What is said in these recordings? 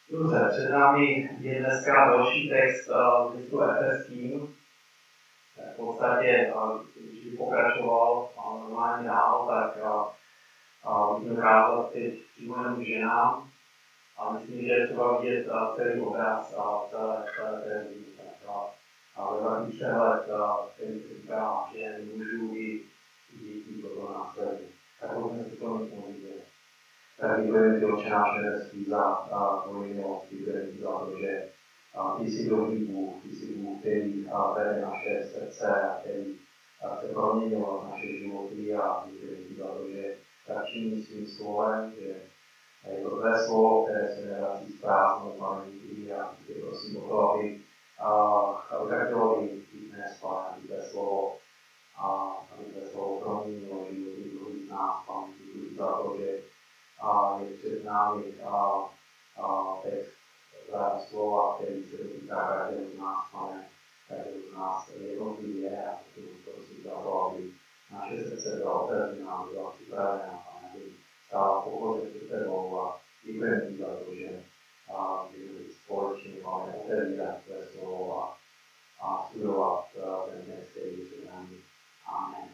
Dobře, před námi je dneska další text z listu Efeským. V podstatě, když bych pokračoval normálně dál, tak bych dokázal teď přímo jenom ženám. A myslím, že je třeba vidět celý obraz celé té lidi. Velký přehled, který se říká, že mužů i dětí toto následně. Tak pojďme si to mít vidět. Tak děkujeme ti, Otče náš nebeský, za tvoji milost, děkujeme ti za to, že ty jsi dobrý Bůh, ty jsi Bůh, který vede naše srdce a který se proměnil naše životy a děkujeme ti za to, že tak činí svým slovem, že je to tvé slovo, které se nevrací z prázdnou paměti a tě prosím o to, aby tak chtělo i dnes, Pane, aby tvé slovo proměnilo životy druhých z nás, Pane, děkuji za to, že je před námi text tvého slova, který se dotýká každého z nás, Pane, každého z nás jednotlivě a prosím za to, aby naše srdce byla otevřená, byla připravená, Pane, aby stála pokoře před tebou a děkujeme ti za to, že společně máme otevírat tvé slovo a studovat ten text, který je před námi. Amen.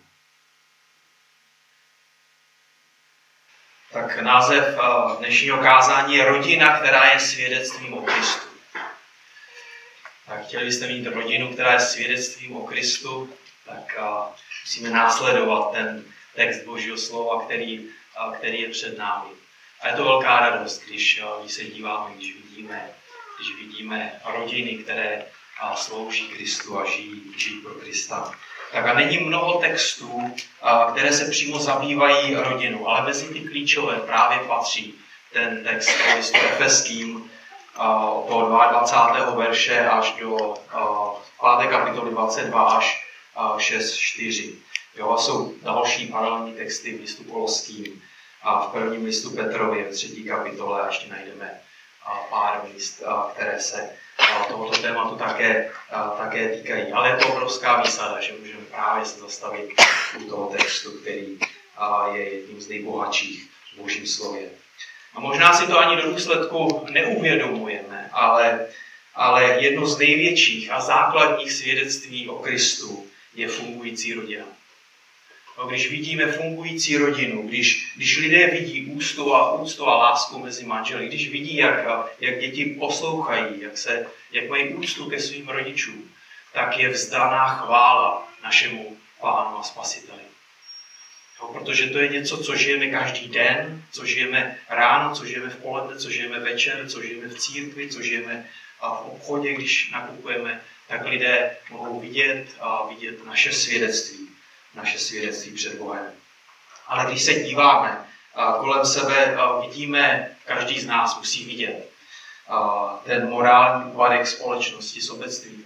Tak název dnešního kázání je Rodina, která je svědectvím o Kristu. Tak chtěli byste mít rodinu, která je svědectvím o Kristu, tak musíme následovat ten text Božího slova, který je před námi. A je to velká radost, když se díváme, když vidíme rodiny, které slouží Kristu a žijí pro Krista. Tak a není mnoho textů, které se přímo zabývají rodinou, ale mezi ty klíčové právě patří ten text listu Efeským od 22. verše až do 5. kapitoly 22 až 6.4. A jsou další paralelní texty v listu Koloským a v prvním listu Petrově v 3. kapitole a ještě najdeme pár míst, které se tohoto tématu také týkají. Ale je to obrovská výsada, že můžeme právě se zastavit u toho textu, který je jedním z nejbohatších v Božím slově. A možná si to ani do důsledku neuvědomujeme, ale jedno z největších a základních svědectví o Kristu je fungující rodina. Když vidíme fungující rodinu, když lidé vidí úctu a lásku mezi manželi, když vidí, jak děti poslouchají, jak mají úctu ke svým rodičům, tak je vzdaná chvála našemu Pánu a Spasiteli. Protože to je něco, co žijeme každý den, co žijeme ráno, co žijeme v poledne, co žijeme večer, co žijeme v církvi, co žijeme v obchodě, když nakupujeme, tak lidé mohou vidět naše svědectví před Bohem. Ale když se díváme kolem sebe, vidíme, každý z nás musí vidět ten morální úpadek společnosti, sobectví,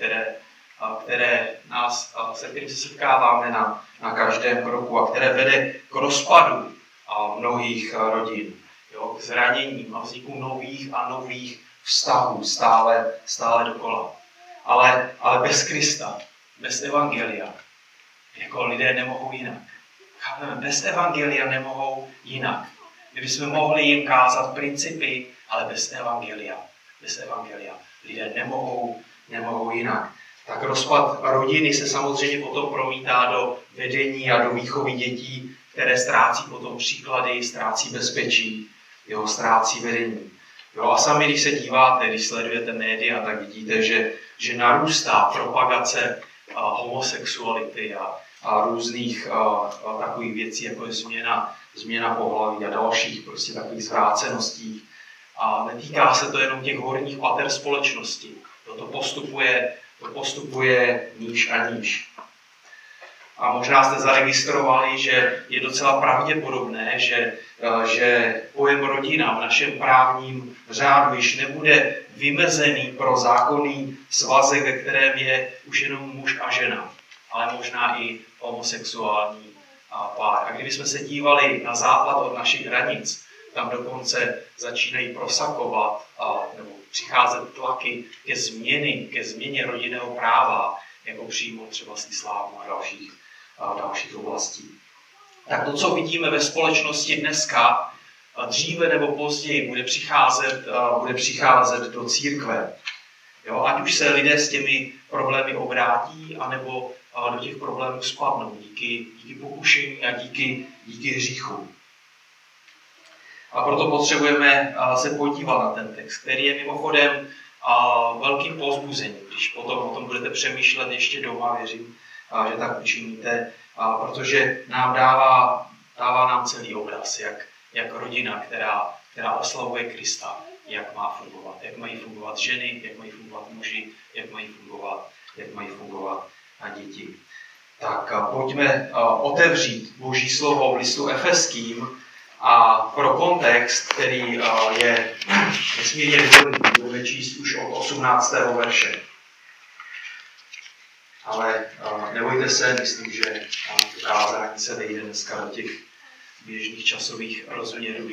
se kterým se setkáváme na každém kroku a které vede k rozpadu mnohých rodin, k zraněním a vzniku nových a nových vztahů stále dokola. Ale bez Krista, bez evangelia, jako lidé nemohou jinak. Bez evangelia nemohou jinak. My bychom mohli jim kázat principy, ale bez evangelia lidé nemohou jinak. Tak rozpad rodiny se samozřejmě potom promítá do vedení a do výchovy dětí, které ztrácí potom příklady, ztrácí bezpečí, ztrácí vedení. A sami, když se díváte, když sledujete média, tak vidíte, že narůstá propagace homosexuality a různých takových věcí, jako je změna pohlaví a dalších prostě takových zvráceností. A netýká se to jenom těch horních pater společnosti. To postupuje níž a níž. A možná jste zaregistrovali, že je docela pravděpodobné, že pojem rodina v našem právním řádu již nebude vymezený pro zákonný svazek, ve kterém je už jenom muž a žena, ale možná i homosexuální pár. A kdybychom se dívali na západ od našich hranic, tam dokonce začínají prosakovat nebo přicházet tlaky ke změně rodinného práva, jako přímo třeba z islámu a dalších oblastí. Tak to, co vidíme ve společnosti dneska, dříve nebo později bude přicházet do církve. Jo, ať už se lidé s těmi problémy obrátí, anebo do těch problémů spadnou díky pokušení a díky hříchu. A proto potřebujeme se podívat na ten text, který je mimochodem velkým povzbuzením. Když potom o tom budete přemýšlet ještě doma, věřím, že tak učiníte, protože nám dává nám celý obraz, jak rodina, která oslavuje Krista, jak má fungovat. Jak mají fungovat ženy, jak mají fungovat muži, jak mají fungovat děti. Tak pojďme otevřít Boží slovo v listu Efeským a pro kontext, který je nesmírně důležitý, budeme číst už od 18. verše. Ale nebojte se, myslím, že to kázání se vejde dneska do těch běžných časových rozměrů,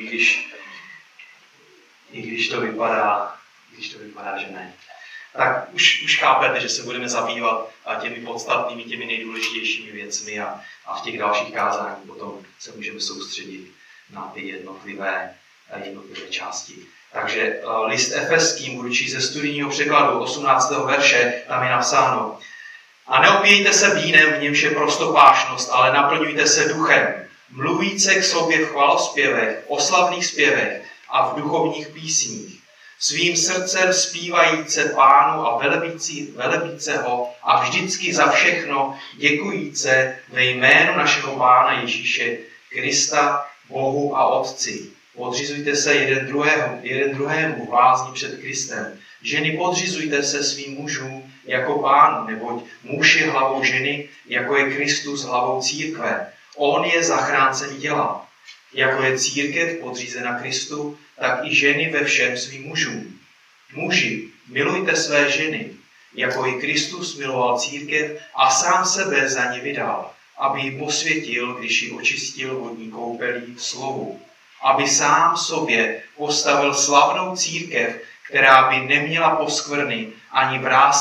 i když to vypadá, že ne. Tak už chápete, že se budeme zabývat těmi podstatnými, těmi nejdůležitějšími věcmi a v těch dalších kázáních potom se můžeme soustředit na ty jednotlivé části. Takže list Efeským budu číst ze studijního překladu 18. verše, tam je napsáno: A neopijte se vínem, v němž je prostopášnost, ale naplňujte se duchem, mluvíce k sobě v chvalospěvech, oslavných zpěvech a v duchovních písních. Svým srdcem zpívajíce Pánu a velebíce ho a vždycky za všechno děkujíce ve jménu našeho Pána Ježíše Krista, Bohu a Otci. Podřizujte se jeden druhému v bázni před Kristem. Ženy, podřizujte se svým mužům jako Pánu, neboť muž je hlavou ženy, jako je Kristus hlavou církve. On je zachráncem těla. Jako je církev podřízena Kristu, tak i ženy ve všem svým mužům. Muži, milujte své ženy, jako i Kristus miloval církev a sám sebe za ně vydal, aby ji posvětil, když ji očistil vodní koupelí v slovu. Aby sám sobě postavil slavnou církev, která by neměla poskvrny, ani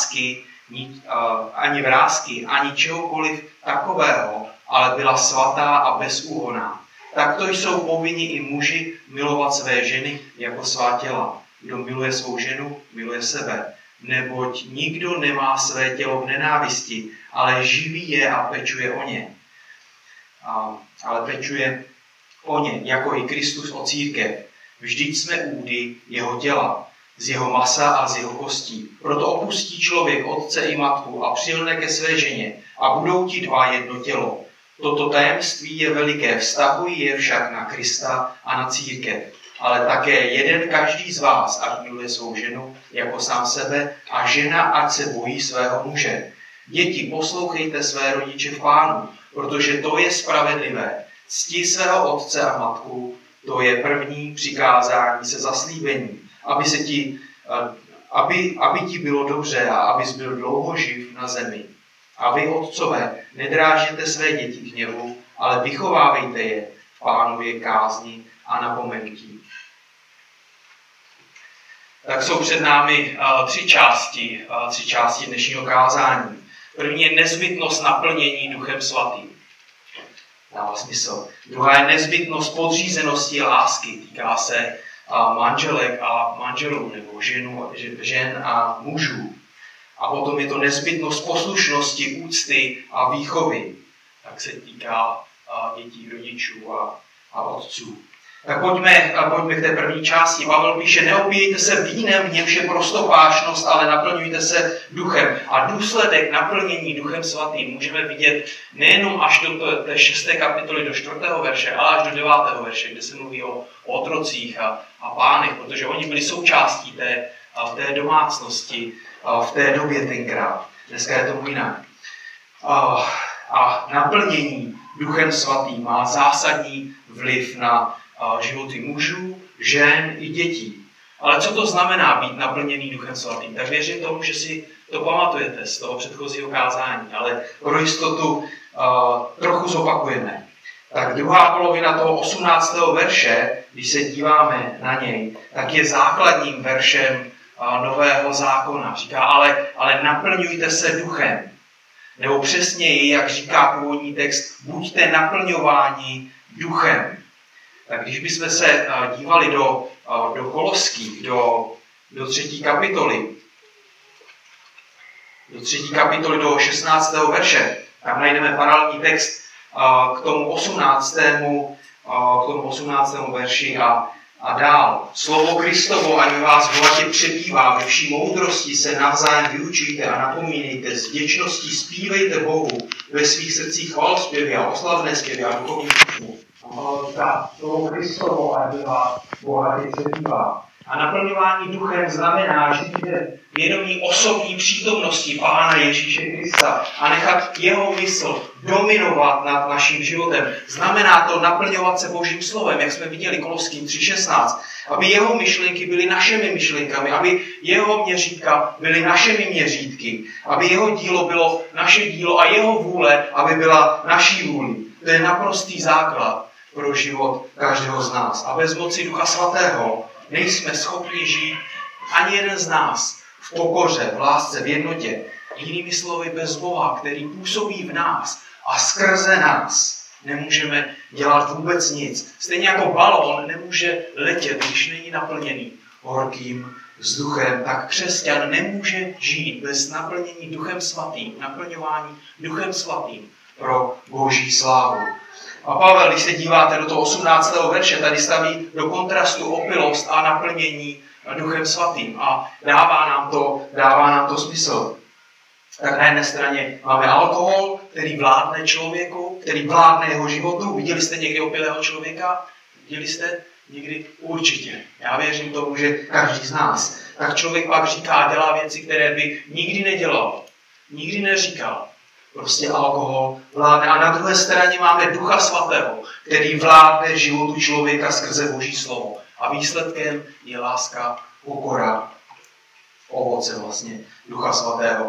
vrásky, ani čehokoliv takového, ale byla svatá a bezúhonná. Takto jsou povinni i muži milovat své ženy jako svá těla. Kdo miluje svou ženu, miluje sebe. Neboť nikdo nemá své tělo v nenávisti, ale živí je a pečuje o ně. Jako i Kristus o církev. Vždyť jsme údy jeho těla, z jeho masa a z jeho kostí. Proto opustí člověk otce i matku a přilne ke své ženě a budou ti dva jedno tělo. Toto tajemství je veliké, vztahují je však na Krista a na církev. Ale také jeden každý z vás, ať miluje svou ženu jako sám sebe, a žena, ať se bojí svého muže. Děti, poslouchejte své rodiče v Pánu, protože to je spravedlivé. Cti svého otce a matku, to je první přikázání se zaslíbením, aby ti bylo dobře a abys byl dlouho živ na zemi. A vy, otcové, nedrážděte své děti k hněvu, ale vychovávejte je v Pánově kázni a napomenutí. Tak jsou před námi tři části dnešního kázání. První je nezbytnost naplnění Duchem Svatým. Dává smysl. Druhá je nezbytnost podřízenosti a lásky. Týká se manželek a manželů, nebo žen a mužů. A potom je to nezbytnost poslušnosti, úcty a výchovy. Tak se týká dětí, rodičů a otců. Tak pojďme k té první části. Pavel píše: neopijejte se vínem, v němž je prostopášnost, ale naplňujte se duchem. A důsledek naplnění Duchem Svatým můžeme vidět nejenom až do té 6. kapitoly, do 4. verše, ale až do 9. verše, kde se mluví o otrocích a pánech, protože oni byli součástí té domácnosti v té době tenkrát. Dneska je tomu jinak. A naplnění Duchem Svatým má zásadní vliv na životy mužů, žen i dětí. Ale co to znamená být naplněný Duchem Svatým? Tak věřím tomu, že si to pamatujete z toho předchozího kázání, ale pro jistotu trochu zopakujeme. Tak druhá polovina toho 18. verše, když se díváme na něj, tak je základním veršem Nového zákona. Říká, ale naplňujte se duchem. Nebo přesněji, jak říká původní text, buďte naplňováni duchem. Tak když bychom se dívali do Koloských, do 3. kapitoly, do 16. verše, tam najdeme paralelní text k tomu 18. verši a dál. Slovo Kristovo, ať ve vás bohatě přebývá, ve vší moudrosti se navzájem vyučujte a napomínejte, s vděčností zpívejte Bohu ve svých srdcích chvalozpěvy a oslavné zpěvy a duchovní písně. Slovo Kristovo, ať ve vás bohatě přebývá. A naplňování duchem znamená žít vědomí osobní přítomnosti Pána Ježíše Krista a nechat jeho mysl dominovat nad naším životem. Znamená to naplňovat se Božím slovem, jak jsme viděli Koloským 3.16, aby jeho myšlenky byly našimi myšlenkami, aby jeho měřítka byly našimi měřítky, aby jeho dílo bylo naše dílo a jeho vůle, aby byla naší vůli. To je naprostý základ pro život každého z nás. A bez moci Ducha Svatého nejsme schopni žít ani jeden z nás v pokoře, v lásce, v jednotě. Jinými slovy, bez Boha, který působí v nás a skrze nás nemůžeme dělat vůbec nic. Stejně jako balón nemůže letět, když není naplněný horkým vzduchem, tak křesťan nemůže žít bez naplnění Duchem Svatým, naplňování Duchem Svatým pro Boží slávu. A Pavel, když se díváte do toho 18. verše, tady staví do kontrastu opilost a naplnění Duchem Svatým a dává nám to smysl. Tak na jedné straně máme alkohol, který vládne člověku, který vládne jeho životu. Viděli jste někdy opilého člověka? Viděli jste? Někdy? Určitě. Já věřím tomu, že každý z nás. Tak člověk pak říká a dělá věci, které by nikdy nedělal, nikdy neříkal. Prostě alkohol vládne. A na druhé straně máme Ducha Svatého, který vládne životu člověka skrze Boží slovo. A výsledkem je láska, pokora, ovoce vlastně Ducha Svatého.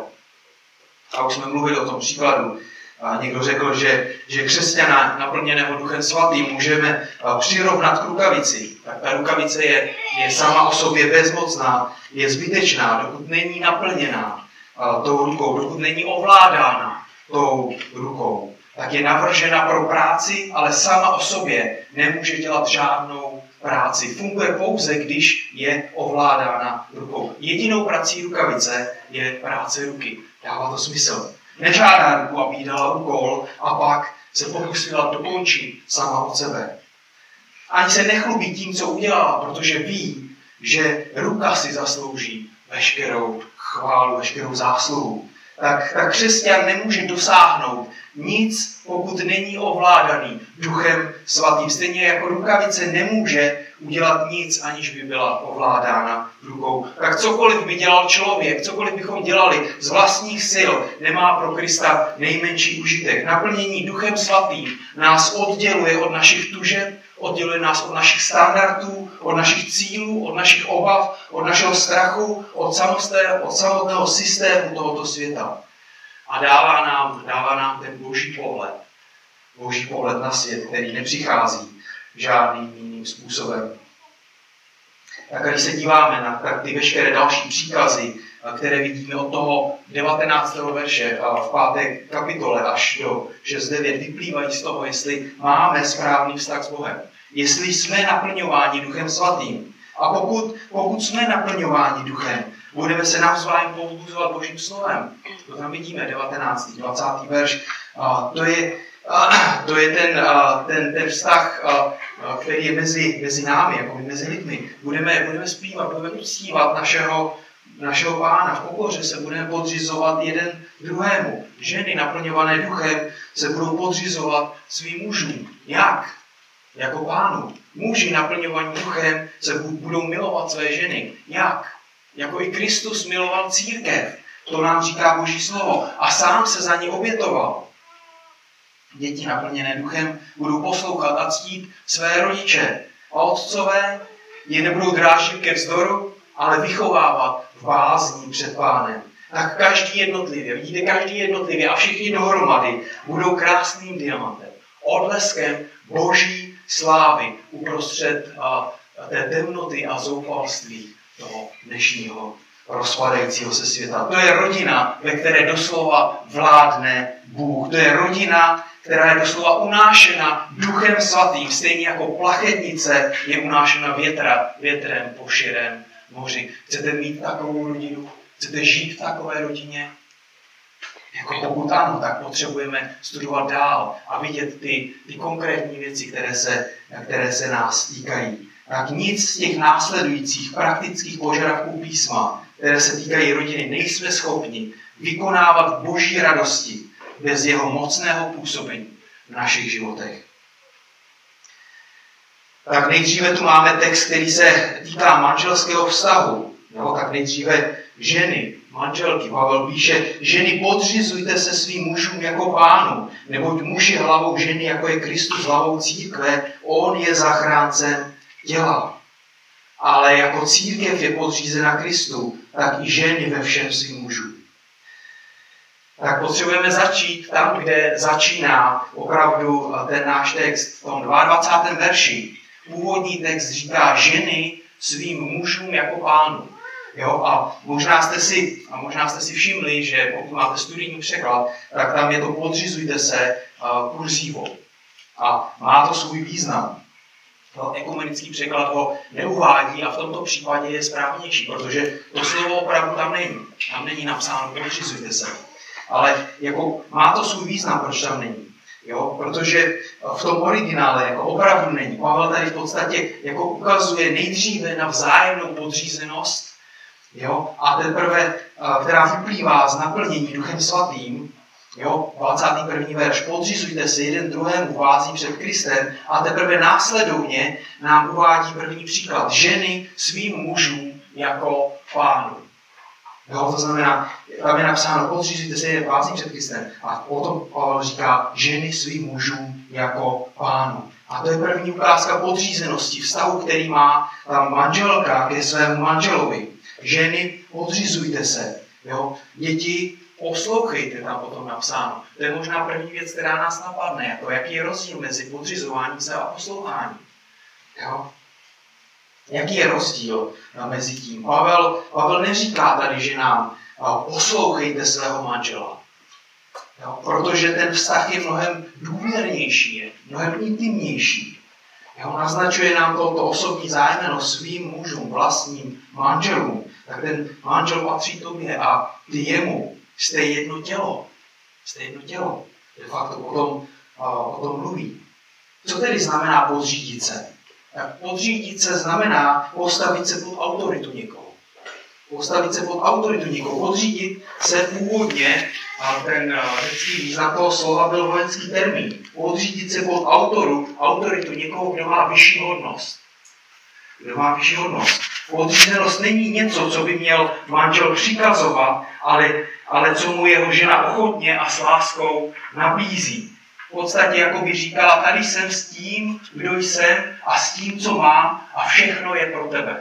A už jsme mluvili o tom příkladu. A někdo řekl, že křesťana naplněného Duchem Svatým můžeme přirovnat k rukavici. Tak ta rukavice je sama o sobě bezmocná, je zbytečná, dokud není naplněná tou rukou, dokud není ovládána tou rukou. Tak je navržena pro práci, ale sama o sobě nemůže dělat žádnou práci. Funguje pouze, když je ovládána rukou. Jedinou prací rukavice je práce ruky. Dává to smysl. Nežádá ruku, aby jí dala úkol a pak se pokusila dokončit sama od sebe. Ani se nechlubí tím, co udělala, protože ví, že ruka si zaslouží veškerou chválu, veškerou zásluhu. Tak křesťan nemůže dosáhnout nic, pokud není ovládaný Duchem Svatým. Stejně jako rukavice nemůže udělat nic, aniž by byla ovládána rukou. Tak cokoliv by dělal člověk, cokoliv bychom dělali z vlastních sil, nemá pro Krista nejmenší užitek. Naplnění Duchem Svatým nás odděluje od našich tužeb, odděluje nás od našich standardů, od našich cílů, od našich obav, od našeho strachu, od samotného systému tohoto světa. A dává nám ten Boží pohled na svět, který nepřichází žádným jiným způsobem. Tak když se díváme na ty veškeré další příkazy, které vidíme od toho 19. verše v 5. kapitole až do 6.9, vyplývají z toho, jestli máme správný vztah s Bohem. Jestli jsme naplňováni Duchem Svatým. A pokud jsme naplňováni Duchem, budeme se navzájem povzbuzovat Božím slovem. To tam vidíme, 19. 20. verš. To je ten vztah, který je mezi námi, jako mezi lidmi. Budeme zpívat, budeme uctívat našeho Pána. V pokoře se budeme podřizovat jeden druhému. Ženy naplňované Duchem se budou podřizovat svým mužům. Jak? Jako Pánu. Muži naplňovaní Duchem se budou milovat své ženy. Jak? Jako i Kristus miloval církev. To nám říká Boží slovo. A sám se za ní obětoval. Děti naplněné Duchem budou poslouchat a ctít své rodiče. A otcové je nebudou drážit ke vzdoru, ale vychovávat v bázni před Pánem. Tak každý jednotlivě a všichni dohromady budou krásným diamantem, odleskem Boží slávy uprostřed té temnoty a zoufalství toho dnešního rozpadajícího se světa. To je rodina, ve které doslova vládne Bůh. To je rodina, která je doslova unášena Duchem Svatým, stejně jako plachetnice je unášena větrem po širém moři. Chcete mít takovou rodinu? Chcete žít v takové rodině? Jako pokud ano, tak potřebujeme studovat dál a vidět ty konkrétní věci, které se nás týkají. Tak nic z těch následujících praktických požadavků písma, které se týkají rodiny, nejsme schopni vykonávat Boží radosti bez jeho mocného působení v našich životech. Tak nejdříve tu máme text, který se týká manželského vztahu. Tak nejdříve ženy, manželky. Pavel píše, ženy podřizujte se svým mužům jako Pánu, neboť muž je hlavou ženy, jako je Kristus hlavou církve, on je zachráncem těla. Ale jako církev je podřízena Kristu, tak i ženy ve všem svým mužům. Tak potřebujeme začít tam, kde začíná opravdu ten náš text, v tom 22. verši. Původní text říká ženy svým mužům jako Pánu. Jo? A možná jste si všimli, že pokud máte studijní překlad, tak tam je to podřizujte se kurzívou. A má to svůj význam. Ekumenický překlad ho neuvádí a v tomto případě je správnější, protože to slovo opravdu tam není. Tam není napsáno podřizujte se. Ale jako má to svůj význam, proč tam není. Jo? Protože v tom originále jako opravdu není. Pavel tady v podstatě jako ukazuje nejdříve na vzájemnou podřízenost, jo? A teprve, která vyplývá z naplnění Duchem Svatým, jo? 21. verš, podřizujte se jeden druhému v bázi před Kristem a teprve následovně nám uvádí první příklad. Ženy svým mužům jako Pánu. Jo, to znamená, tam je napsáno, podřízujte se jeden v bázi před Kristem. A potom Pavel říká, ženy svým mužům jako Pánu. A to je první ukázka podřízenosti, vztahu, který má tam manželka ke svému manželovi. Ženy, podřizujte se. Jo? Děti, poslouchejte, tam potom napsáno. To je možná první věc, která nás napadne. Jako jaký je rozdíl mezi podřizováním se a posloucháním. Jo? Jaký je rozdíl mezi tím? Pavel neříká tady, že nám poslouchejte svého manžela. Jo? Protože ten vztah je mnohem důvěrnější, je mnohem intimnější. Jo? Naznačuje nám to osobní zájmeno svým mužům, vlastním manželům. Tak ten manžel patří tobě a ty jemu. Jste jedno tělo. Jste jedno tělo. De facto o tom mluví. Co tedy znamená podřídit se? Podřídit se znamená postavit se pod autoritu někoho. Postavit se pod autoritu někoho. Podřídit se původně, ten řecký význam toho slova byl vojenský termín. Podřídit se pod autoritu někoho, kdo má vyšší hodnost. Kdo má vyšší hodnost. Podřízenost není něco, co by měl manžel přikazovat, ale co mu jeho žena ochotně a s láskou nabízí. V podstatě jako by říkala, tady jsem s tím, kdo jsem a s tím, co mám a všechno je pro tebe.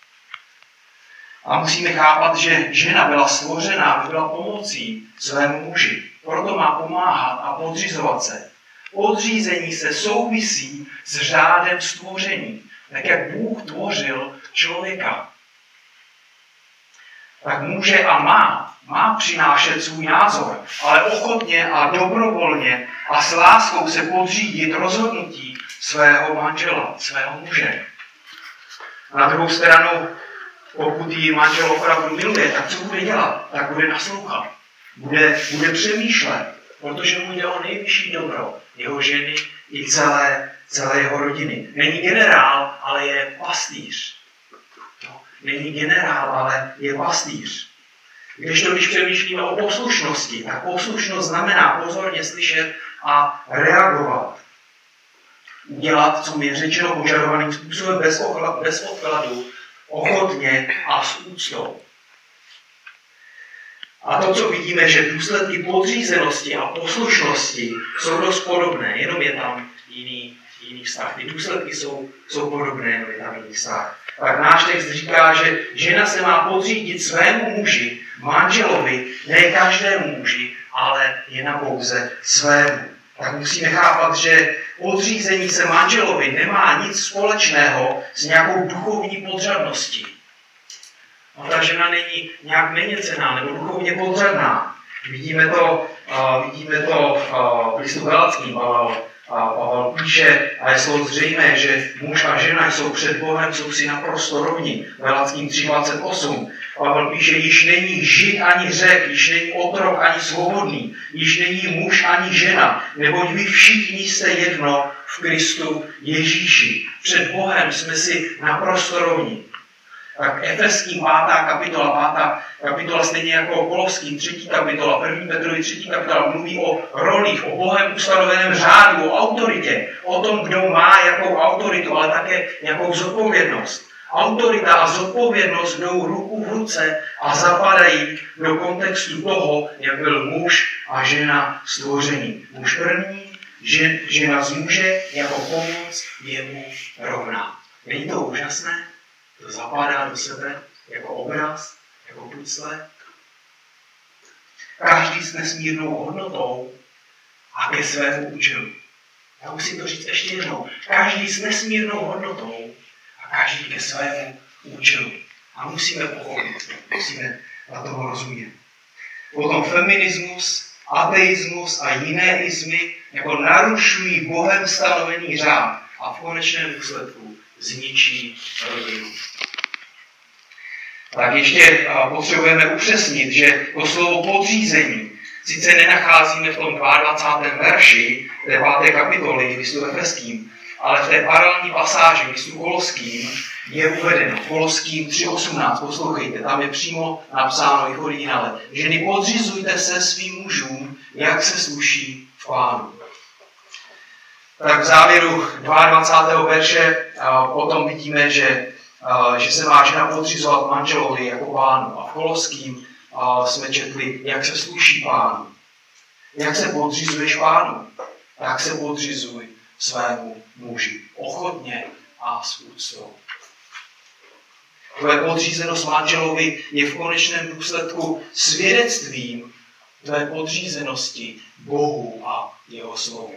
A musíme chápat, že žena byla stvořená, aby byla pomocí svému muži. Proto má pomáhat a podřizovat se. Podřízení se souvisí s řádem stvoření. Tak jak Bůh tvořil člověka. Tak může a má přinášet svůj názor, ale ochotně a dobrovolně a s láskou se podřídit rozhodnutí svého manžela, svého muže. Na druhou stranu, pokud ji manžel opravdu miluje, tak co bude dělat? Tak bude naslouchat. Bude přemýšlet, protože mu jde o nejvyšší dobro jeho ženy i celé jeho rodiny. Není generál, ale je pastýř. Není generál, ale je pastýř. Když přemýšlíme o poslušnosti, tak poslušnost znamená pozorně slyšet a reagovat. Udělat, co mi je řečeno, požadovaným způsobem bez odkladu, ochotně a s úctou. A to, co vidíme, že důsledky podřízenosti a poslušnosti jsou dost podobné, jenom je tam jiný vztah. Ty důsledky jsou podobné, jenom je tam jiný vztah. Tak náš text říká, že žena se má podřídit svému muži, manželovi, ne každému muži, ale jen pouze svému. Tak musíme chápat, že podřízení se manželovi nemá nic společného s nějakou duchovní podřadností. A ta žena není nějak méněcenná nebo duchovně podřadná. Vidíme to v listu Galackým. Pavel píše, a je slovo zřejmé, že muž a žena jsou před Bohem, jsou si naprosto rovni. Galackým 3:28. Pavel píše, již není žid ani Řek, již není otrok ani svobodný, již není muž ani žena, neboť vy všichni jste jedno v Kristu Ježíši. Před Bohem jsme si naprosto rovni. Tak Efeským 5. kapitola, stejně jako Kolovským 3. kapitola, 1. Petrovi 3. kapitola, mluví o rolích, o Bohem ustanoveném řádu, o autoritě, o tom, kdo má jakou autoritu, ale také jakou zodpovědnost. Autorita a zodpovědnost jdou ruku v ruce a zapadají do kontextu toho, jak byl muž a žena stvoření. Muž první, žena z muže jako pomoc jemu rovná. Není to úžasné? To zapadá do sebe jako obraz, jako pucle. Každý s nesmírnou hodnotou a ke svému účelu. Já musím to říct ještě jednou. Každý s nesmírnou hodnotou a každý ke svému účelu. A musíme pochopit, musíme na toho rozumět. Potom feminismus, ateismus a jiné izmy jako narušují Bohem stanovený řád a v konečném důsledku zničí rodinu. Tak ještě potřebujeme upřesnit, že to slovo podřízení sice nenacházíme v tom 22. verši té 5. kapitoly listu Efeským, ale v té paralelní pasáži listu Koloským je uvedeno. Koloským 3:18, poslouchejte, tam je přímo napsáno i v originále. Ženy, podřizujte se svým mužům, jak se sluší v Pánu. Tak v závěru 22. verše potom vidíme, že se má žena podřizovat manželovi jako Pánu. A v Koloským jsme četli, jak se sluší Pánu. Jak se podřizuješ Pánu? Tak se podřizuj svému muži. Ochotně a s úctou. Tvoje podřízenost manželovi je v konečném důsledku svědectvím tvé podřízenosti Bohu a jeho slovu.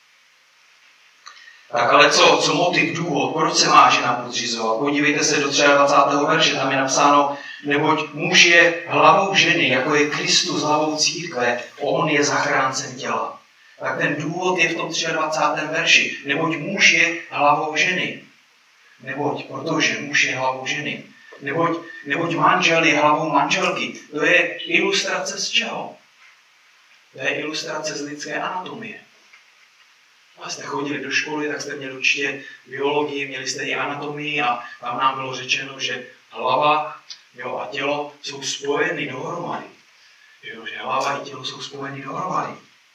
Tak ale co motiv, důvod, proč se má žena podřizovat? Podívejte se do 23. verše, tam je napsáno, neboť muž je hlavou ženy, jako je Kristus hlavou církve, on je zachráncem těla. Tak ten důvod je v tom 23. verši, neboť muž je hlavou ženy. Protože muž je hlavou ženy. Neboť manžel je hlavou manželky. To je ilustrace z čeho? To je ilustrace z lidské anatomie. A jste chodili do školy, tak jste měli určitě biologii, měli jste i anatomii a tam nám bylo řečeno, že hlava a tělo jsou spojeny dohromady. Že hlava i tělo jsou spojeny dohromady.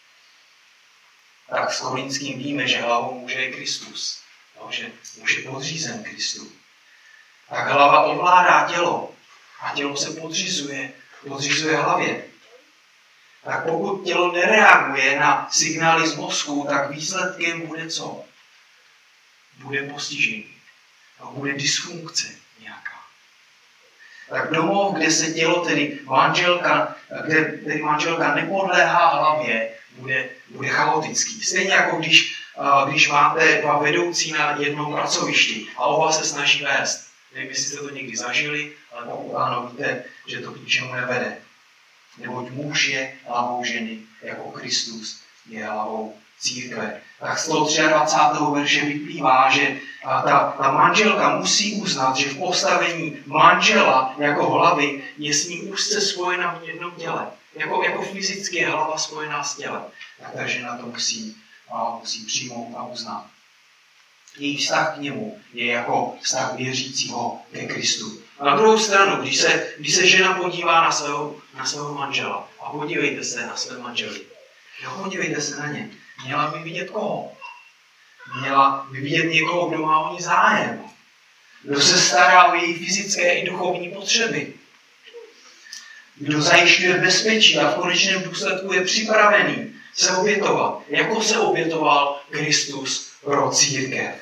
Tak s Korinským víme, že hlavou muže je Kristus. Že muž je podřízen Kristu. Tak hlava ovládá tělo a tělo se podřizuje hlavě. Tak pokud tělo nereaguje na signály z mozku, tak výsledkem bude co? Bude postižení. Bude dysfunkce nějaká. Tak domov, kde se tělo, tedy manželka nepodléhá hlavě, bude chaotický. Stejně jako když máte dva vedoucí na jednom pracovišti a oba se snaží vést. Nevím, jestli jste to někdy zažili, ale pokud ano, víte, že to k ničemu nevede. Neboť muž je hlavou ženy, jako Kristus je hlavou církve. Tak z toho 23. verše vyplývá, že ta manželka musí uznat, že v postavení manžela jako hlavy je s ním úzce spojena v jednom těle. Jako fyzicky je hlava spojená s tělem. Tak ta žena to musí přijmout a uznat. Její vztah k němu je jako vztah věřícího ke Kristu. A na druhou stranu, když se žena podívá na svého manžela, a podívejte se na své manžely, podívejte se na ně, měla by vidět koho? Měla by vidět někoho, kdo má o ní zájem, kdo se stará o její fyzické i duchovní potřeby, kdo zajišťuje bezpečí a v konečném důsledku je připravený se obětovat, jako se obětoval Kristus pro církev.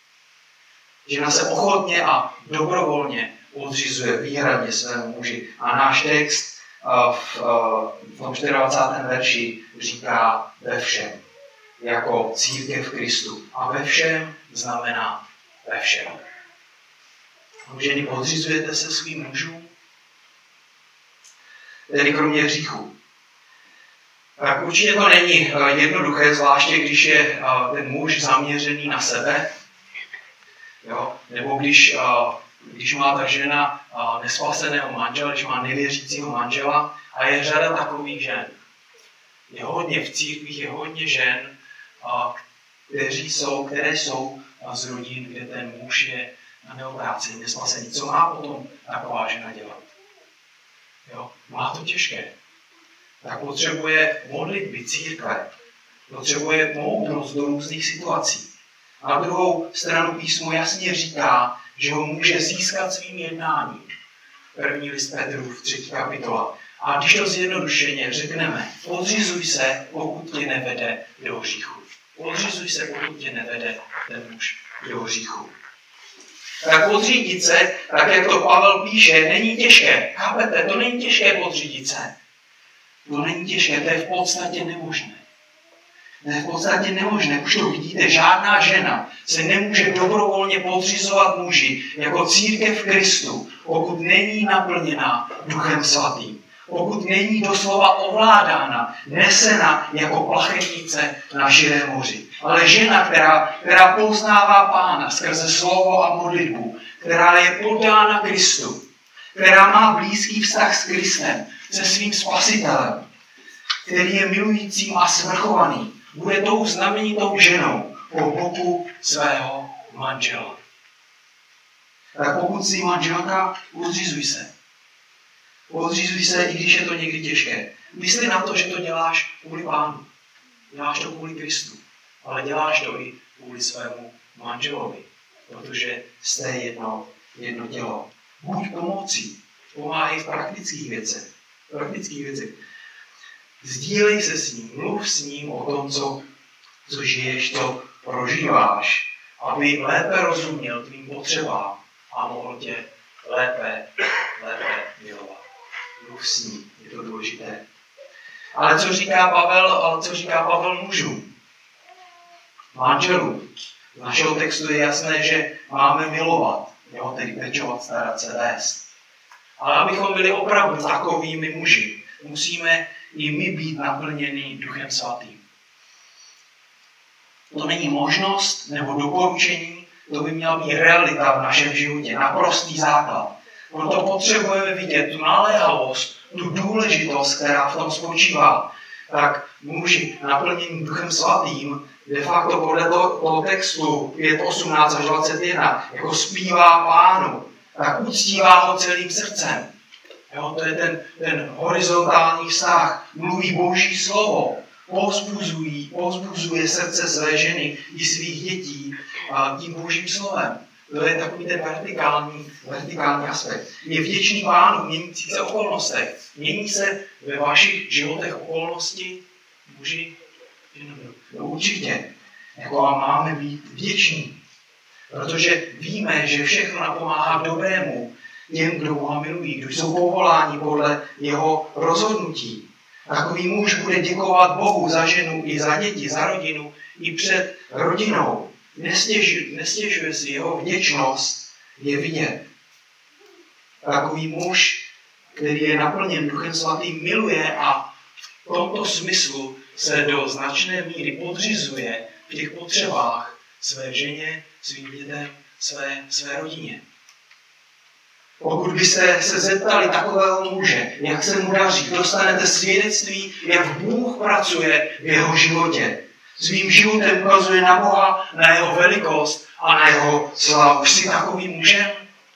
Žena se ochotně a dobrovolně podřizuje výhradně svému muži. A náš text v tom 24. verši říká ve všem, jako církev Kristu. A ve všem znamená ve všem. Ženy, podřizujete se svým mužům? Tedy kromě hříchu. Tak určitě to není jednoduché, zvláště když je ten muž zaměřený na sebe, jo? Nebo když má ta žena nespaseného manžela, když má nevěřícího manžela, a je řada takových žen. Je hodně v církvích, je hodně žen, které jsou z rodin, kde ten muž je neobrácený, nespasený. Co má potom taková žena dělat? Jo? Má to těžké. Tak potřebuje modlitby církve, potřebuje moudrost do různých situací. Na druhou stranu písmo jasně říká, že ho může získat svým jednáním. První list Petrův, 3. kapitola. A když to zjednodušeně řekneme, podřizuj se, pokud tě nevede do hříchu. Podřizuj se, pokud tě nevede ten muž do hříchu. Tak podřídit se, tak jak to Pavel píše, není těžké. Chápete? To není těžké podřídit se. To není těžké, to je v podstatě nemožné. To je v podstatě nemožné. Už to vidíte, žádná žena se nemůže dobrovolně podřizovat muži jako církev Kristu, pokud není naplněná Duchem Svatým. Pokud není doslova ovládána, nesena jako plachetnice na širém moři. Ale žena, která poznává Pána skrze slovo a modlitbu, která je poddána Kristu, která má blízký vztah s Kristem, se svým Spasitelem, který je milujícím a svrchovaný, bude tou znamenitou ženou po boku svého manžela. Tak pokud jsi manželka, podřizuj se. Podřizuj se, i když je to někdy těžké. Mysli na to, že to děláš kvůli Pánu. Děláš to kvůli Kristu. Ale děláš to i kvůli svému manželovi. Protože jste jedno tělo. Buď pomocí. Pomáhej v praktických věcech. Sdílej se s ním, mluv s ním o tom, co žiješ, co prožíváš, aby lépe rozuměl tvým potřebám a mohl tě lépe milovat. Mluv s ním, je to důležité. Ale co říká Pavel mužům? Manželům. Z našeho textu je jasné, že máme milovat, jo, tedy pečovat, starat se, vést. Ale abychom byli opravdu takovými muži, musíme i my být naplněni Duchem Svatým. To není možnost nebo doporučení, to by měla být realita v našem životě, naprostý základ. Proto potřebujeme vidět tu naléhavost, tu důležitost, která v tom spočívá. Tak muži naplnění Duchem Svatým de facto podle toho textu 5:18 až 21 jako zpívá Pánu, tak uctívá ho celým srdcem. Jo, to je ten horizontální vztah. Mluví Boží slovo, povzbuzuje srdce své ženy i svých dětí tím Božím slovem. To je takový ten vertikální aspekt. Je vděčný Pánu v měnících se okolnostech. Mění se ve vašich životech okolnosti, muži? No, určitě. Jako a máme být vděční. Protože víme, že všechno napomáhá dobrému těm, kdo Boha milují, kdo jsou povoláni podle jeho rozhodnutí. Takový muž bude děkovat Bohu za ženu i za děti, za rodinu i před rodinou. Nestěžuje si, jeho vděčnost je vidět. Takový muž, který je naplněn Duchem Svatým, miluje a v tomto smyslu se do značné míry podřizuje v těch potřebách své ženě, svým dětem, své rodině. Pokud byste se zeptali takového muže, jak se mu daří, dostanete svědectví, jak Bůh pracuje v jeho životě. Svým životem ukazuje na Boha, na jeho velikost a na jeho slávu. Jsi takovým mužem?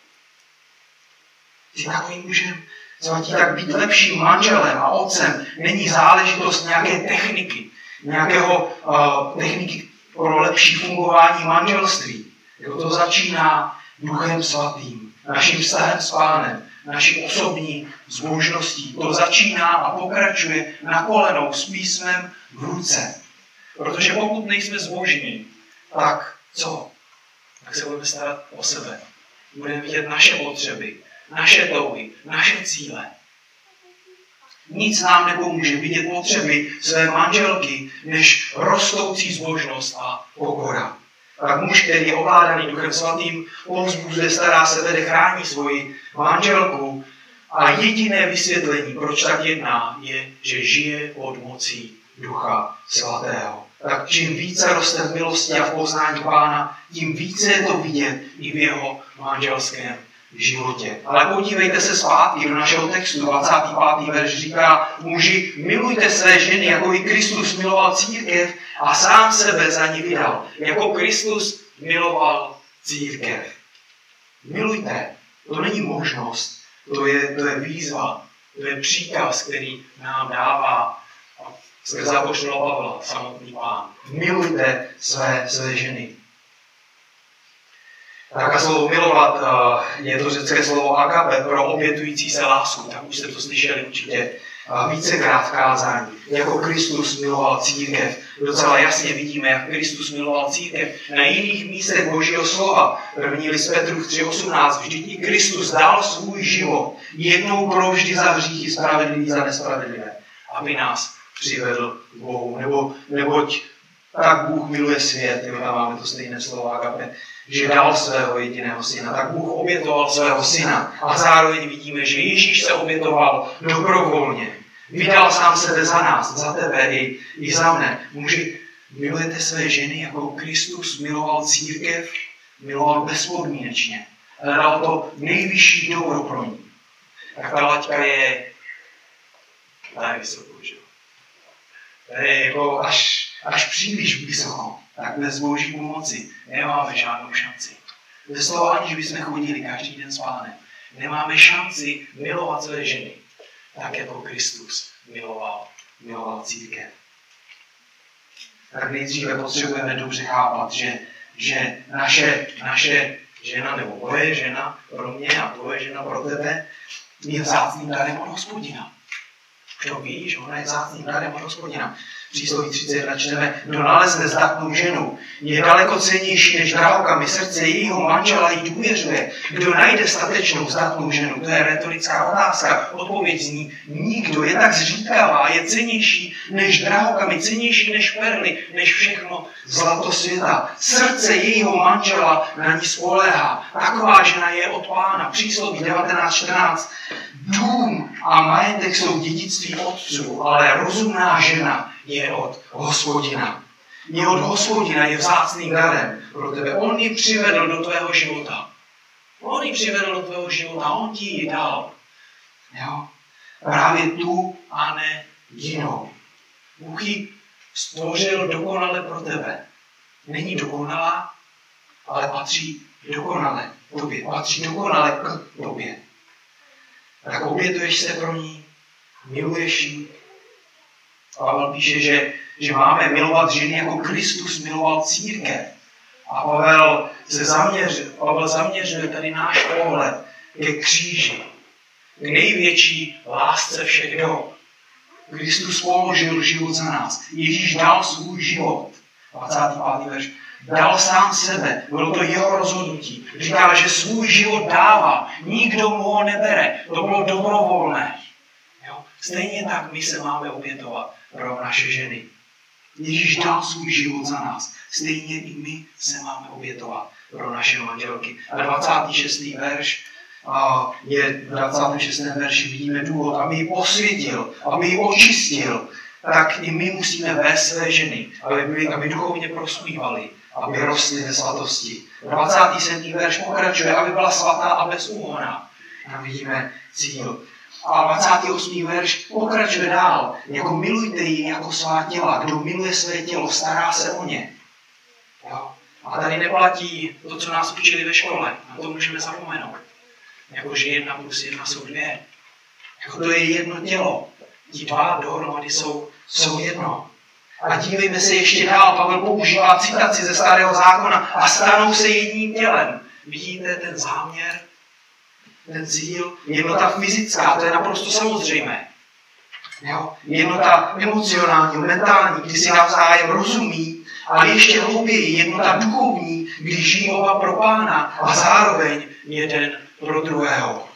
Jsi takovým mužem? Zvatí tak být lepším manželem a otcem není záležitost nějaké techniky, techniky pro lepší fungování manželství. To začíná Duchem Svatým, naším vztahem s Pánem, naší osobní zbožností. To začíná a pokračuje na kolenou s písmem v ruce. Protože pokud nejsme zbožní, tak co? Tak se budeme starat o sebe. Budeme vidět naše potřeby, naše touhy, naše cíle. Nic nám nepomůže vidět potřeby své manželky, než rostoucí zbožnost a pokora. Tak muž, který je ovládaný Duchem Svatým, povzbuzuje, stará se, vede, chrání svoji manželku, A jediné vysvětlení, proč tak jedná, je, že žije pod mocí Ducha Svatého. Tak čím více roste v milosti a v poznání Pána, tím více je to vidět i v jeho manželském životě. Ale podívejte se zpátky do našeho textu. 25. verš říká: muži, milujte své ženy, jako i Kristus miloval církev a sám sebe za ní vydal. Jako Kristus miloval církev. Milujte. To není možnost. To je výzva. To je příkaz, který nám dává skrze apoštola Pavla, samotný Pán. Milujte své ženy. Tak slovo milovat je to řecké slovo agape pro obětující se lásku. Tak už jste to slyšeli určitě vícekrát v kázání. Jako Kristus miloval církev. Docela jasně vidíme, jak Kristus miloval církev na jiných místech Božího slova. První list Petrův 3.18. Vždyť i Kristus dal svůj život jednou provždy za hříchy, spravedlivý za nespravedlivé, aby nás přivedl k Bohu. Neboť tak Bůh miluje svět, tam máme to stejné slovo agape, že dal svého jediného syna. Tak Bůh obětoval svého syna. A zároveň vidíme, že Ježíš se obětoval dobrovolně. Vydal sám sebe za nás, za tebe i za mne. Muži, milujete své ženy, jako Kristus miloval církev, miloval bezpodmínečně. Dal to nejvyšší dobro pro ní. Tak ta laťka je tady vysokou, že jo? To je jako až příliš vysoko. Tak bez Boží pomoci nemáme žádnou šanci. Bez toho, aniž bychom chodili každý den s Pánem, nemáme šanci milovat své ženy, tak jako Kristus miloval církev. Tak nejdříve potřebujeme dobře chápat, že naše žena, nebo moje žena pro mě a tvoje žena pro tebe, je vzácným darem od Hospodina. Už to víš, že ona je vzácným darem od Hospodina. Přísloví 31 čteme: kdo nalezne zdatnou ženu, je daleko cennější než drahokamy, srdce jejího manžela jí důvěřuje. Kdo najde statečnou zdatnou ženu, to je retorická otázka, odpověď zní: nikdo. Je tak zřídkavá, je cennější než drahokamy, cennější než perly, než všechno zlato světa. Srdce jejího manžela na ní spoléhá. Taková žena je od Pána. Přísloví 19:14. Dům a majetek jsou dědictví otců, ale rozumná žena je od Hospodina. Je od Hospodina, je vzácným darem pro tebe. On ji přivedl do tvého života. On ti ji dal. Jo? Právě tu a ne jinou. Bůh ji stvořil dokonale pro tebe. Není dokonalá, ale patří dokonale tobě. Patří dokonale k tobě. Tak obětuješ se pro ní, miluješ ji. Pavel píše, že máme milovat ženy, jako Kristus miloval církev. A Pavel zaměřuje tady náš pohled ke kříži, k největší lásce všech dob. Kristus položil život za nás. Ježíš dal svůj život. 25. verš. Dal sám sebe. Bylo to jeho rozhodnutí. Říká, že svůj život dává. Nikdo mu ho nebere. To bylo dobrovolné. Jo? Stejně tak my se máme obětovat pro naše ženy. Ježíš dal svůj život za nás. Stejně i my se máme obětovat pro naše manželky. A 26. verš je v 26. verši vidíme důvod, aby ji posvětil, aby ji očistil. Tak i my musíme vést své ženy, aby duchovně prospívali, aby rostly ve svatosti. 27. verš pokračuje, aby byla svatá a bezúhonná. Tam vidíme cíl. A 28. verš pokračuje dál. Jako milujte ji jako svá těla. Kdo miluje své tělo, stará se o ně. Jo? A tady neplatí to, co nás učili ve škole. Na to můžeme zapomenout. Jako že 1 + 1 jsou 2. Jako to je jedno tělo. Ti dva dohromady jsou jedno. A dívejme se ještě dál. Pavel používá citaci ze Starého zákona a stanou se jedním tělem. Vidíte ten záměr? Ten cíl? Jednota fyzická, to je naprosto samozřejmé. Jo? Jednota emocionální, mentální, kdy si navzájem rozumí, ale ještě hlouběji jednota duchovní, kdy žijí oba pro Pána a zároveň jeden pro druhého.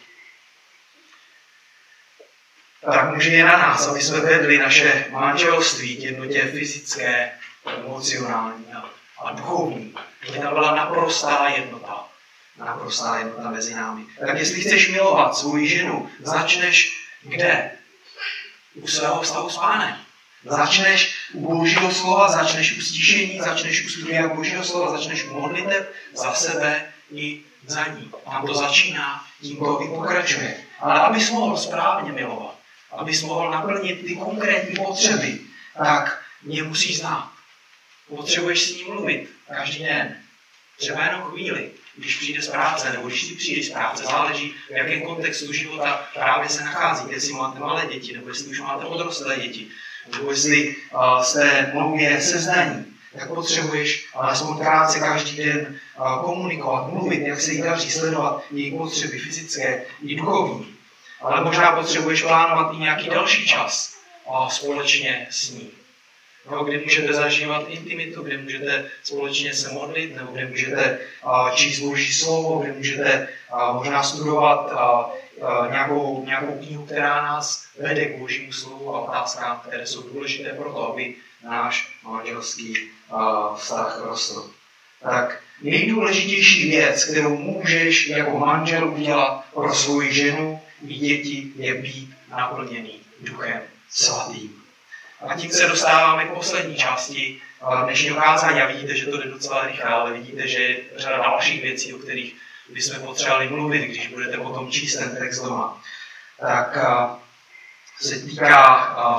Tak může je na nás, aby jsme vedli naše manželství k jednotě fyzické, emocionální a duchovní. Aby tam byla naprostá jednota. naprostá jednota mezi námi. Tak jestli chceš milovat svoji ženu, začneš kde? U svého vztahu s Pánem. Začneš u Božího slova, začneš u stišení, začneš u studia Božího slova, začneš u modliteb za sebe i za ní. Tam to začíná, tím to i pokračuje. Ale abys mohl správně milovat, abys mohl naplnit ty konkrétní potřeby, tak mě musíš znát. Potřebuješ s ním mluvit každý den. Třeba jenom chvíli, když přijde z práce, nebo když ty přijdeš z práce, záleží, v jakém kontextu života právě se nacházíte, jestli máte malé děti, nebo jestli už máte odrostlé děti, nebo jestli jste nově seznaní, tak potřebuješ alespoň krátce každý den komunikovat, mluvit, jak se jí daří, sledovat její potřeby fyzické i duchovní. Ale možná potřebuješ plánovat i nějaký další čas společně s ní. No, kde můžete zažívat intimitu, kde můžete společně se modlit, nebo kde můžete číst Boží slovo, kde můžete možná studovat nějakou knihu, která nás vede k Božímu slovu a otázkám, které jsou důležité pro to, aby náš manželský vztah rostl. Tak nejdůležitější věc, kterou můžeš jako manžel udělat pro svou ženu i děti, je být naplněný Duchem Svatým. A tím se dostáváme k poslední části dnešního kázání. A vidíte, že to jde docela rychle, ale vidíte, že je řada dalších věcí, o kterých bychom potřebovali mluvit, když budete potom číst ten text doma. Tak se týká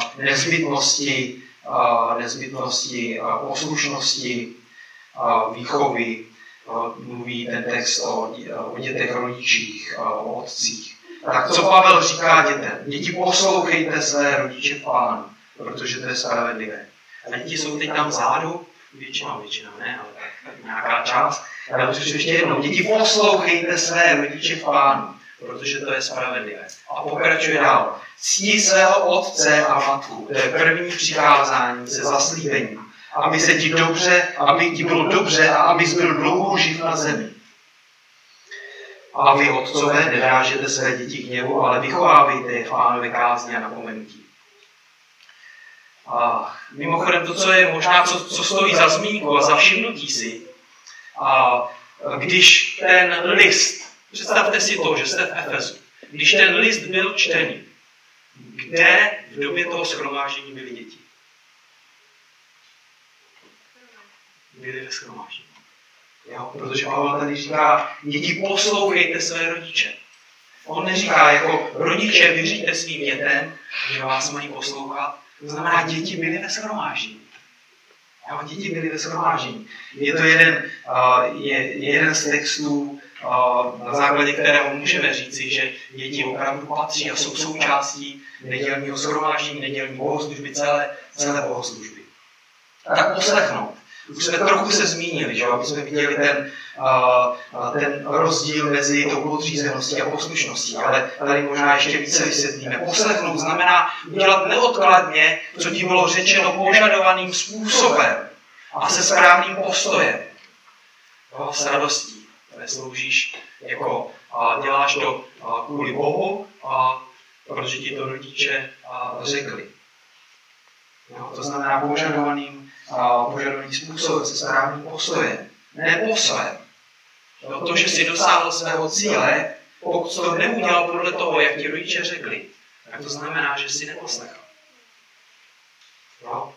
nezbytnosti poslušnosti, výchovy, mluví ten text o dětech, rodičích, o otcích. Tak co Pavel říká dětem? Děti, poslouchejte své rodiče v Pánu, protože to je spravedlivé. A děti jsou teď tam vzadu, většina ne, ale tak nějaká část. Já to ještě jednou. Děti, poslouchejte své rodiče v Pánu, protože to je spravedlivé. A pokračuje dál. Cti svého otce a matku. To je první přikázání se zaslíbením. Aby ti bylo dobře a abys byl dlouho živ na zemi. A vy, otcové, nedážete své děti k hněvu, ale vychovávejte je v Pánově kázni a napomenutí. A mimochodem to, co je možná, co stojí za zmínku a za všimnutí si, když ten list, představte si to, že jste v Efezu, když ten list byl čtený, kde v době toho shromáždění byly děti? Byly ve shromáždění. Jo, protože Pavel tady říká, děti, poslouchejte své rodiče. On neříká jako rodiče, vyříte svým dětem, že vás mají poslouchat. To znamená, děti byly ve shromáždění. Jo, děti byly ve shromáždění. Je to jeden z textů, na základě kterého můžeme říci, že děti opravdu patří a jsou součástí nedělního shromáždění, nedělní bohoslužby, celé bohoslužby. Tak poslechnout. Už jsme trochu se zmínili, že aby jsme viděli ten rozdíl mezi tou podřízeností a poslušností, ale tady možná ještě více vysvětlíme. Poslechnout znamená udělat neodkladně, co ti bylo řečeno požadovaným způsobem a se správným postojem. S radostí. Nesloužíš jako děláš to kvůli Bohu, protože ti to rodiče řekli. To znamená požadovaný způsobem, se správným postojem. Ne po svém. To, že jsi dosáhl svého cíle, pokud to neudělal podle toho, jak ti rodiče řekli, tak to znamená, že jsi neposlechl. No.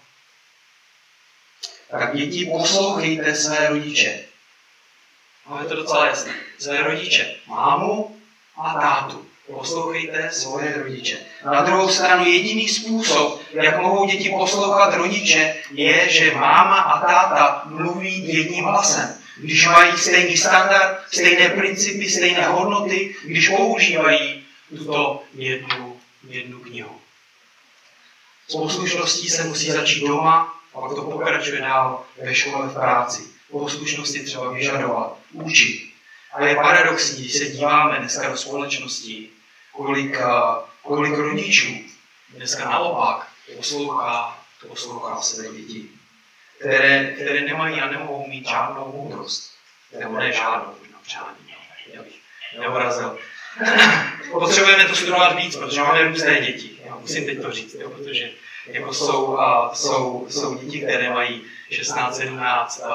Tak děti, poslouchejte své rodiče. No, je to docela jasné. Své rodiče, mámu a tátu. Poslouchejte svoje rodiče. Na druhou stranu jediný způsob, jak mohou děti poslouchat rodiče, je, že máma a táta mluví jedním hlasem. Když mají stejný standard, stejné principy, stejné hodnoty, když používají tuto jednu knihu. S poslušností se musí začít doma, a pak to pokračuje dál ve škole, v práci. Poslušnost je třeba vyžadovat, učit. A je paradoxní, když se díváme dneska do společnosti, kolik rodičů dneska naopak poslouchá své děti, které nemají a nemohou mít žádnou moudrost. Nebo ne žádnou, možná přání, abych neurazil. Potřebujeme to studovat víc, protože máme různé děti. Já musím teď to říct, protože jako jsou děti, které mají 16, 17,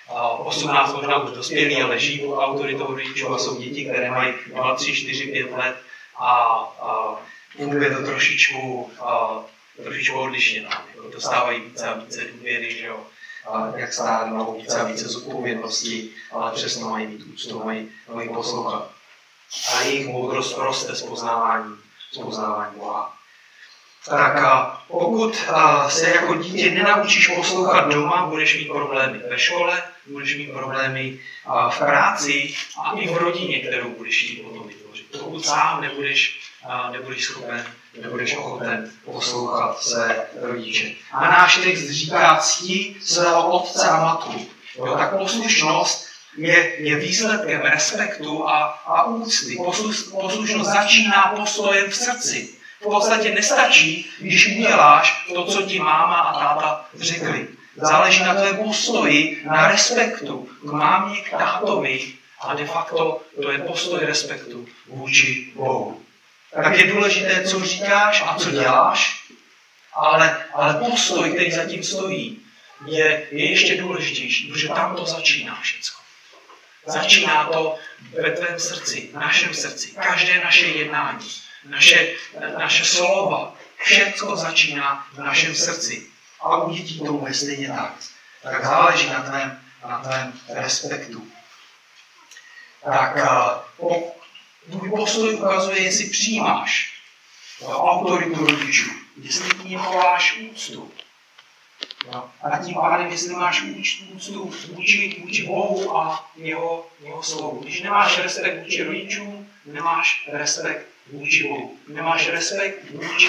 18 možná už dospělí, ale žijí pod autoritou rodičů a jsou děti, které mají 2, 3, 4, 5 let a funguje to trošičku odlišně. Dostávají více a více důvěry, že jo. Jak stárnou, více a více zodpovědnosti, ale přesto mají mít úctu, mají poslouchat. A jejich moudrost roste z poznávání Boha. Tak pokud se jako dítě nenaučíš poslouchat doma, budeš mít problémy ve škole, budeš mít problémy v práci a i v rodině, kterou budeš chtít potom vytvořit. Pokud sám nebudeš schopen, nebudeš ochoten poslouchat své rodiče. A náš text říká cti svého otce a matku. Tak poslušnost je výsledkem respektu a úcty. Poslušnost začíná postojem v srdci. V podstatě nestačí, když uděláš to, co ti máma a táta řekli. Záleží na tvém postoji, na respektu k mámě, k tátovi a de facto to je postoj respektu vůči Bohu. Tak je důležité, co říkáš a co děláš, ale postoj, který zatím stojí, je ještě důležitější, protože tam to začíná všecko. Začíná to ve tvém srdci, v našem srdci, každé naše jednání, naše slova, všecko začíná v našem srdci. A u dětí tomu je stejně tak. Tak záleží na tvém respektu. Tak tvůj postoj ukazuje, jestli přijímáš autoritu rodičů, jestli k nim chováš úctu. A tím pádem, jestli máš úctu vůči Bohu a jeho slovu. Když nemáš respekt vůči rodičům, nemáš respekt vůči Bohu. Nemáš respekt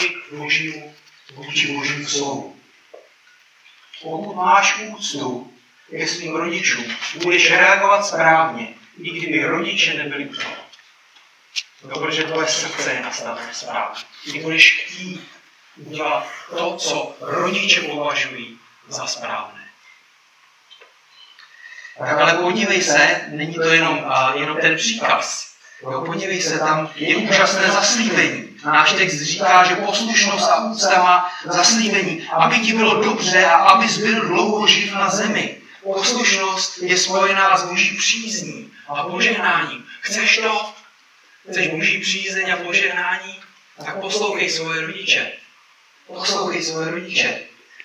vůči Božímu slovu. Pokud máš úctu ke svým rodičům, budeš reagovat správně, i kdyby rodiče nebyli u toho. Protože tvoje srdce je nastavené správně. Když budeš chtít udělat to, co rodiče považují za správné. Tak ale podívej se, není to jenom ten příkaz. Podívej se, tam je úžasné zaslíbení. Náš text říká, že poslušnost a úcta má zaslíbení, aby ti bylo dobře a abys byl dlouho živ na zemi. Poslušnost je spojená s Boží přízní a požehnáním. Chceš to? Chceš Boží přízeň a požehnání? Tak poslouchej svoje rodiče. Poslouchej svoje rodiče.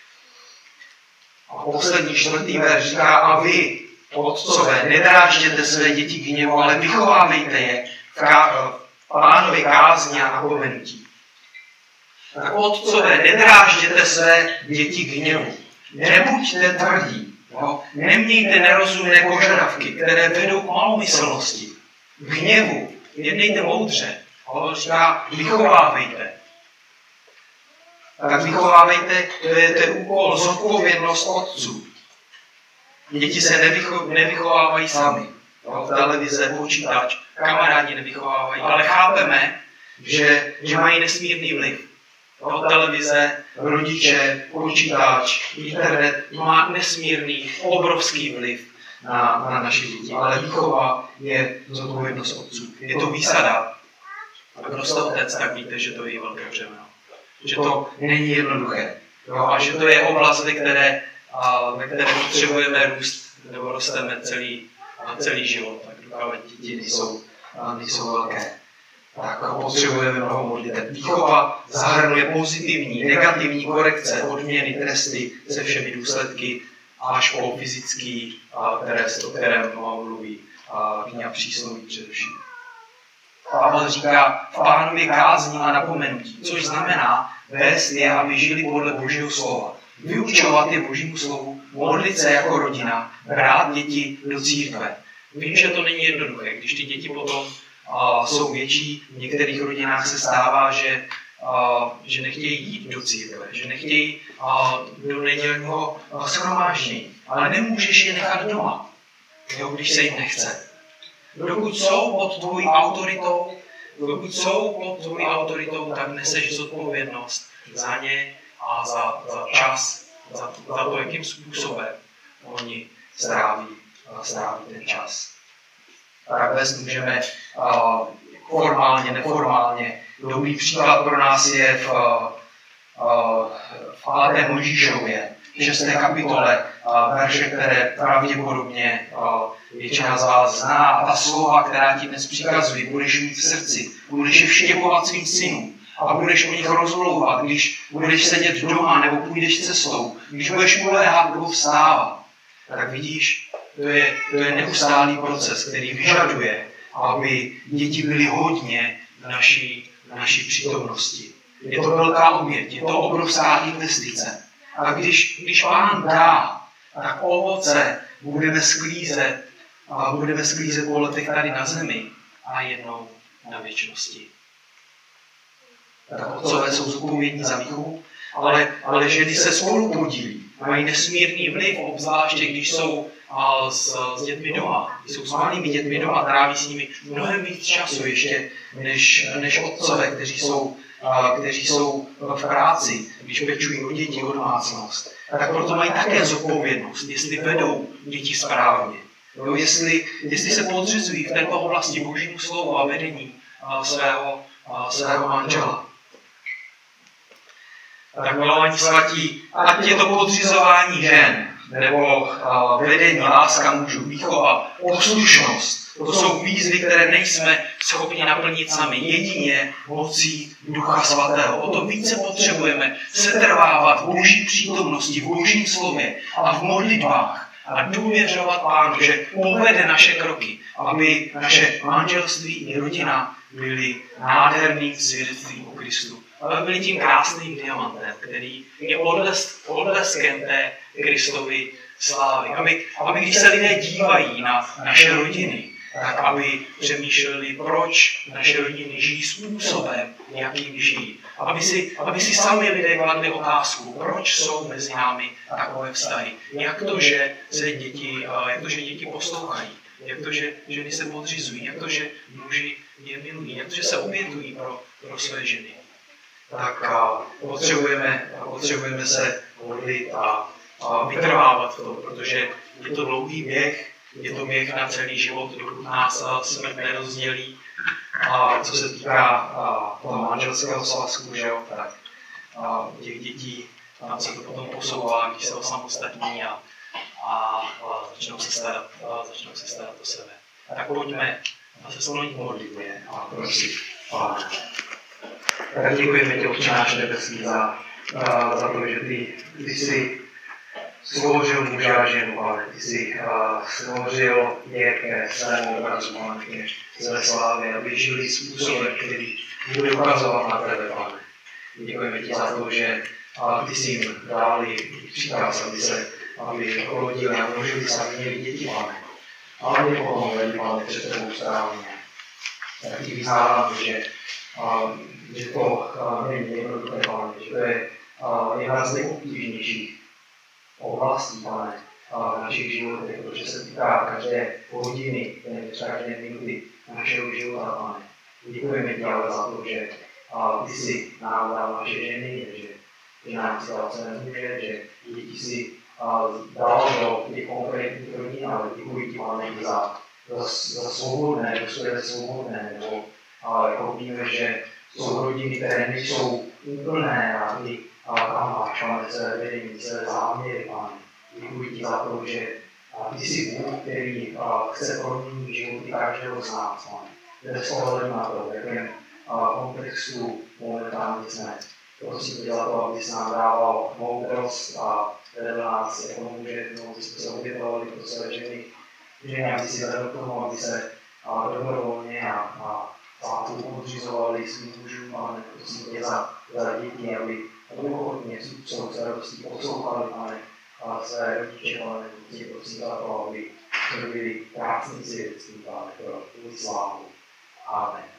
A poslední 4. verš říká, a vy, otcové, nedrážděte své děti k hněvu, ale vychovávejte je v Pánově kázni a napomenutí. Tak otcové, nedrážděte své děti k hněvu. Nebuďte tvrdí. Nemějte nerozumné požadavky, které vedou k malomyslnosti. K hněvu. Jednejte moudře. Ale říká, vychovávejte. Tak vychovávejte, to je úkol, zodpovědnost otců. Děti se nevychovávají sami. Televize, počítač, kamarádi nevychovávají. Ale chápeme, že mají nesmírný vliv. Televize, rodiče, počítač, internet má nesmírný, obrovský vliv na naše děti. Ale výchova je zodpovědnost otců. Je to výsada. A kdo jste otec, tak víte, že to je velké břemeno. Že to není jednoduché. A že to je oblast, ve které potřebujeme růst, nebo rosteme celý život. Tak dokud děti nejsou velké. Tak potřebujeme mnoho modliteb. Výchova zahrnuje pozitivní, negativní korekce, odměny, tresty se všemi důsledky až po fyzický trest, o kterém mluví kniha Přísloví především. Pavel říká v Pánově kázni a napomenutí, což znamená vést je, aby žili podle Božího slova. Vyučovat je Božímu slovu, modlit se jako rodina, brát děti do církve. Vím, že to není jednoduché, když ty děti potom jsou větší, v některých rodinách se stává, že nechtějí jít do církve, že nechtějí do nedělního shromáždění, ale nemůžeš je nechat doma, když se jim nechce. Dokud jsou pod tvojí autoritou, tak neseš zodpovědnost za ně a za čas, za to, jakým způsobem oni stráví ten čas. Tak vést můžeme formálně, neformálně. Dobrý příklad pro nás je v 5. Mojžíšově. 6. kapitole, verše, které pravděpodobně většina z vás zná. A ta slova, která ti dnes přikazují, budeš mít v srdci, budeš je vštěpovat svým synům a budeš o nich rozmlouvat, když budeš sedět doma nebo půjdeš cestou, když budeš uléhat nebo vstávat. Tak vidíš, to je neustálý proces, který vyžaduje, aby děti byly hodně v naší přítomnosti. Je to velká oběť, je to obrovská investice. A když Pán dá, tak ovoce budeme sklízet po letech tady na zemi a jednou na věčnosti. Tak otcové jsou zodpovědní za výchovu, ale ženy se spolu podílí. Mají nesmírný vliv, obzvláště když jsou s dětmi doma. Když jsou s malými dětmi doma, tráví s nimi mnohem víc času ještě než otcové, kteří jsou v práci, když pečují o děti, o domácnost. Tak proto mají také zodpovědnost, jestli vedou děti správně. Jo, jestli se podřizují v této oblasti Božímu slovu a vedení svého manžela. Tak milovaní svatí, ať je to podřizování žen, nebo vedení, láska mužů, výchova, poslušnost. To jsou výzvy, které nejsme schopni naplnit sami. Jedině mocí Ducha Svatého. O to více potřebujeme setrvávat v Boží přítomnosti, v Božím slově a v modlitbách a důvěřovat Pánu, že povede naše kroky, aby naše manželství i rodina byly nádherným svědectvím o Kristu. Aby byli tím krásným diamantem, který je odleskem té Kristovy slávy. Aby když se lidé dívají na naše rodiny, tak aby přemýšleli, proč naše rodiny žijí způsobem, jakým žijí. Aby si sami lidé kladli otázku, proč jsou mezi námi takové vztahy. Jak to, že děti poslouchají. Jak to, že ženy se podřizují. Jak to, že muži je milují. Jak to, že se obětují pro své ženy. Tak potřebujeme se modlit a vytrvávat v tom, protože je to dlouhý běh, je to běh na celý život, dokud nás smrt nerozdělí. A co se týká toho manželského svazku, že jo, tak těch dětí, tam se to potom posouvá, když se osamostatní a začnou se starat o sebe. Tak pojďme se sklonit modlitbě a prosit Pána. Tak děkujeme ti, Otče náš nebeský, za to, že ty jsi stvořil muže a ženu, Pane. Ty jsi stvořil je ke svému obrazu, Pane, ke své slávě, aby žili způsobem, který bude ukazovat na tebe, Pane. Děkujeme ti za to, že ty jsi jim dali příkaz, aby rodili a množili se, aby měli děti, Pane. Ale mě potom vedli, Pane, před tebou správně. Tak ti vyznávám, že to není jednoduché, Pane, že to je jedna z nejobtížnějších oblastí, Pane, v našich životech, protože se týká každé hodiny, každé minuty našeho života, Pane. Děkujeme ti ale za to, že ty jsi nám dal naše ženy, že nám si dal své muže, že děti si dal do těch konkrétních rodin, ale děkuji ti, Pane, i za svobodné, dostojné svobodné, nebo jako víme, že jsou rodiny, které nejsou úplné a tam máš, Pane, celé vedení, celé záměry, Pane. Děkuji ti za to, že ty jsi Bůh, který chce proměnit životy každého z nás, Pane. Bez ohledu na to, v jakém kontextu momentálně jsme. Prosím tě za to, abys nám dával moudrost a vedl nás jako muže, aby jsme se obětovali pro své ženy, aby si vedl k tomu, aby se dobrovolně a podřizovali svým mužům, Pane. Prosím tě za děti, aby ochotně jsou s radostí poslouchali, Pane, své rodiče, Pane. Prosím za to, aby to byli krásný svědectví, Pane, pro tvůj slávu. Amen.